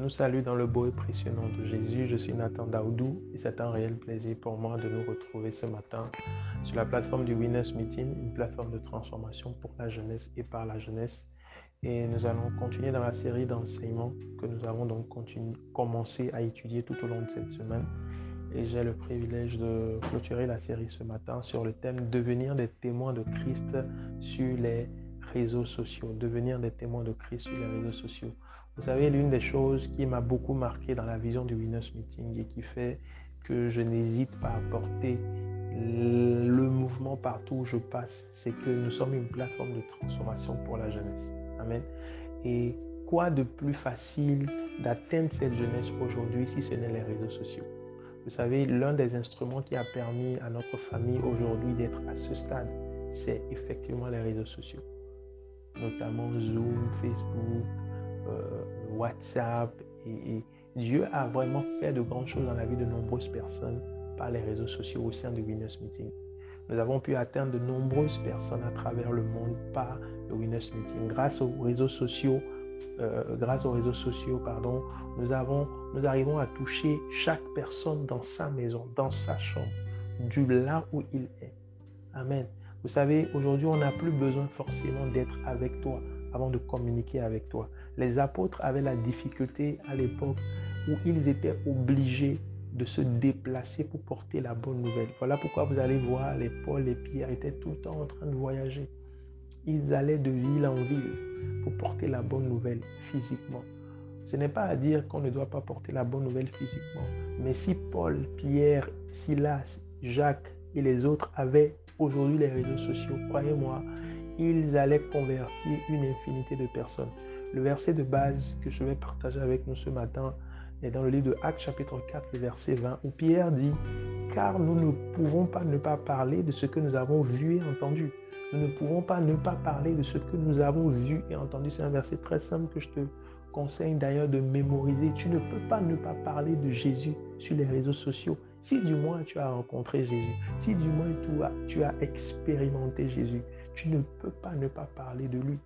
nous salue dans le beau et précieux nom de Jésus. Je suis Nathan Daoudou et c'est un réel plaisir pour moi de nous retrouver ce matin sur la plateforme du Winners Meeting, une plateforme de transformation pour la jeunesse et par la jeunesse. Et nous allons continuer dans la série d'enseignements que nous avons donc commencé à étudier tout au long de cette semaine. Et j'ai le privilège de clôturer la série ce matin sur le thème « Devenir des témoins de Christ sur les réseaux sociaux ». Devenir des témoins de Christ sur les réseaux sociaux. Vous savez, l'une des choses qui m'a beaucoup marqué dans la vision du Winners Meeting et qui fait que je n'hésite pas à porter le mouvement partout où je passe, c'est que nous sommes une plateforme de transformation pour la jeunesse. Amen. Et quoi de plus facile d'atteindre cette jeunesse aujourd'hui si ce n'est les réseaux sociaux? Vous savez, l'un des instruments qui a permis à notre famille aujourd'hui d'être à ce stade, c'est effectivement les réseaux sociaux, notamment Zoom, Facebook, WhatsApp. Et Dieu a vraiment fait de grandes choses dans la vie de nombreuses personnes par les réseaux sociaux au sein du Winners Meeting. Nous avons pu atteindre de nombreuses personnes à travers le monde par le Winners Meeting. Grâce aux réseaux sociaux, nous arrivons à toucher chaque personne dans sa maison, dans sa chambre, du là où il est. Amen. Vous savez, aujourd'hui, on n'a plus besoin forcément d'être avec toi avant de communiquer avec toi. Les apôtres avaient la difficulté à l'époque où ils étaient obligés de se déplacer pour porter la bonne nouvelle. Voilà pourquoi vous allez voir les Paul et Pierre étaient tout le temps en train de voyager. Ils allaient de ville en ville pour porter la bonne nouvelle physiquement. Ce n'est pas à dire qu'on ne doit pas porter la bonne nouvelle physiquement, mais si Paul, Pierre, Silas, Jacques et les autres avaient aujourd'hui les réseaux sociaux, croyez-moi, ils allaient convertir une infinité de personnes. Le verset de base que je vais partager avec nous ce matin est dans le livre de Actes chapitre 4, le verset 20, où Pierre dit « Car nous ne pouvons pas ne pas parler de ce que nous avons vu et entendu. Nous ne pouvons pas ne pas parler de ce que nous avons vu et entendu. » C'est un verset très simple que je te conseille d'ailleurs de mémoriser. Tu ne peux pas ne pas parler de Jésus sur les réseaux sociaux. Si du moins tu as rencontré Jésus, si du moins tu as expérimenté Jésus, tu ne peux pas ne pas parler de lui.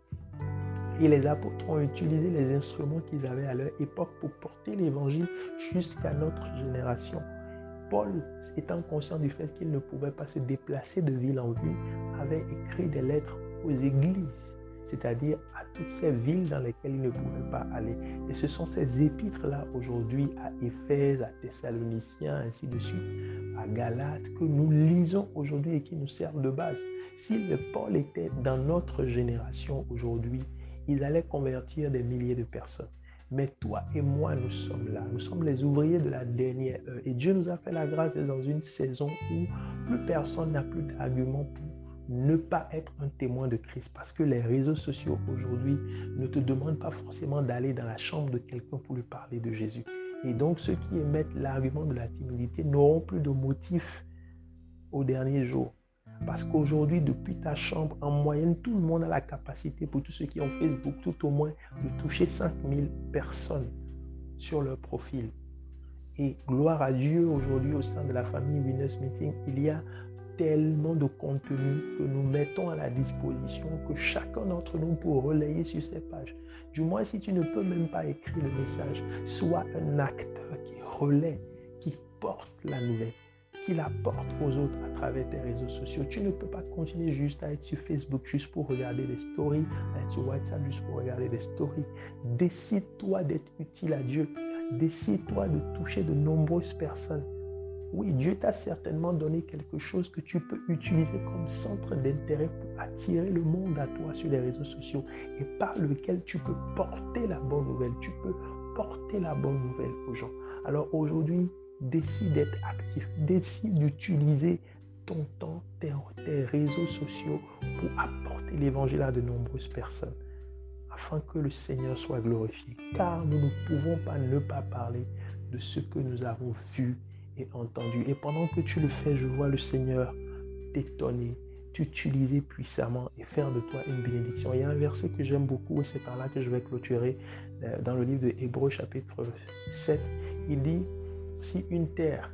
Et les apôtres ont utilisé les instruments qu'ils avaient à leur époque pour porter l'évangile jusqu'à notre génération. Paul, étant conscient du fait qu'il ne pouvait pas se déplacer de ville en ville, avait écrit des lettres aux églises, c'est-à-dire à toutes ces villes dans lesquelles il ne pouvait pas aller. Et ce sont ces épîtres-là aujourd'hui à Éphèse, à Thessaloniciens, ainsi de suite, à Galates, que nous lisons aujourd'hui et qui nous servent de base. Si le Paul était dans notre génération aujourd'hui, il allait convertir des milliers de personnes. Mais toi et moi, nous sommes là. Nous sommes les ouvriers de la dernière heure. Et Dieu nous a fait la grâce d'être dans une saison où plus personne n'a plus d'argument pour ne pas être un témoin de Christ. Parce que les réseaux sociaux aujourd'hui ne te demandent pas forcément d'aller dans la chambre de quelqu'un pour lui parler de Jésus. Et donc, ceux qui émettent l'argument de la timidité n'auront plus de motif au dernier jour. Parce qu'aujourd'hui, depuis ta chambre, en moyenne, tout le monde a la capacité, pour tous ceux qui ont Facebook, tout au moins, de toucher 5000 personnes sur leur profil. Et gloire à Dieu, aujourd'hui, au sein de la famille Winners Meeting, il y a tellement de contenu que nous mettons à la disposition que chacun d'entre nous peut relayer sur ces pages. Du moins, si tu ne peux même pas écrire le message, sois un acteur qui relaie, qui porte la nouvelle, qui la porte aux autres à travers tes réseaux sociaux. Tu ne peux pas continuer juste à être sur Facebook juste pour regarder des stories, à être sur WhatsApp juste pour regarder des stories. Décide-toi d'être utile à Dieu. Décide-toi de toucher de nombreuses personnes. Oui, Dieu t'a certainement donné quelque chose que tu peux utiliser comme centre d'intérêt pour attirer le monde à toi sur les réseaux sociaux et par lequel tu peux porter la bonne nouvelle. Tu peux porter la bonne nouvelle aux gens. Alors aujourd'hui, décide d'être actif. Décide d'utiliser ton temps, tes réseaux sociaux pour apporter l'évangile à de nombreuses personnes afin que le Seigneur soit glorifié. Car nous ne pouvons pas ne pas parler de ce que nous avons vu et entendu. Et pendant que tu le fais, je vois le Seigneur t'étonner, t'utiliser puissamment et faire de toi une bénédiction. Il y a un verset que j'aime beaucoup et c'est par là que je vais clôturer dans le livre de Hébreux chapitre 7. Il dit, si une terre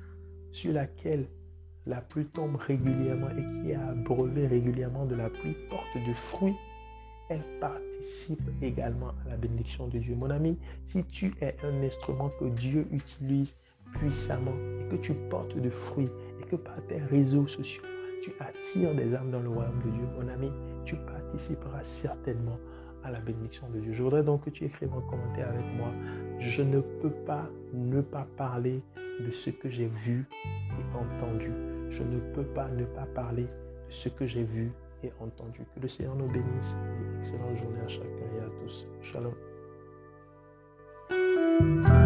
sur laquelle la pluie tombe régulièrement et qui est abreuvée régulièrement de la pluie porte du fruit, elle participe également à la bénédiction de Dieu. Mon ami, si tu es un instrument que Dieu utilise puissamment et que tu portes de fruits et que par tes réseaux sociaux, tu attires des âmes dans le royaume de Dieu, mon ami, tu participeras certainement à la bénédiction de Dieu. Je voudrais donc que tu écrives un commentaire avec moi. Je ne peux pas ne pas parler de ce que j'ai vu et entendu. Je ne peux pas ne pas parler de ce que j'ai vu et entendu. Que le Seigneur nous bénisse et excellente journée à chacun et à tous. Shalom.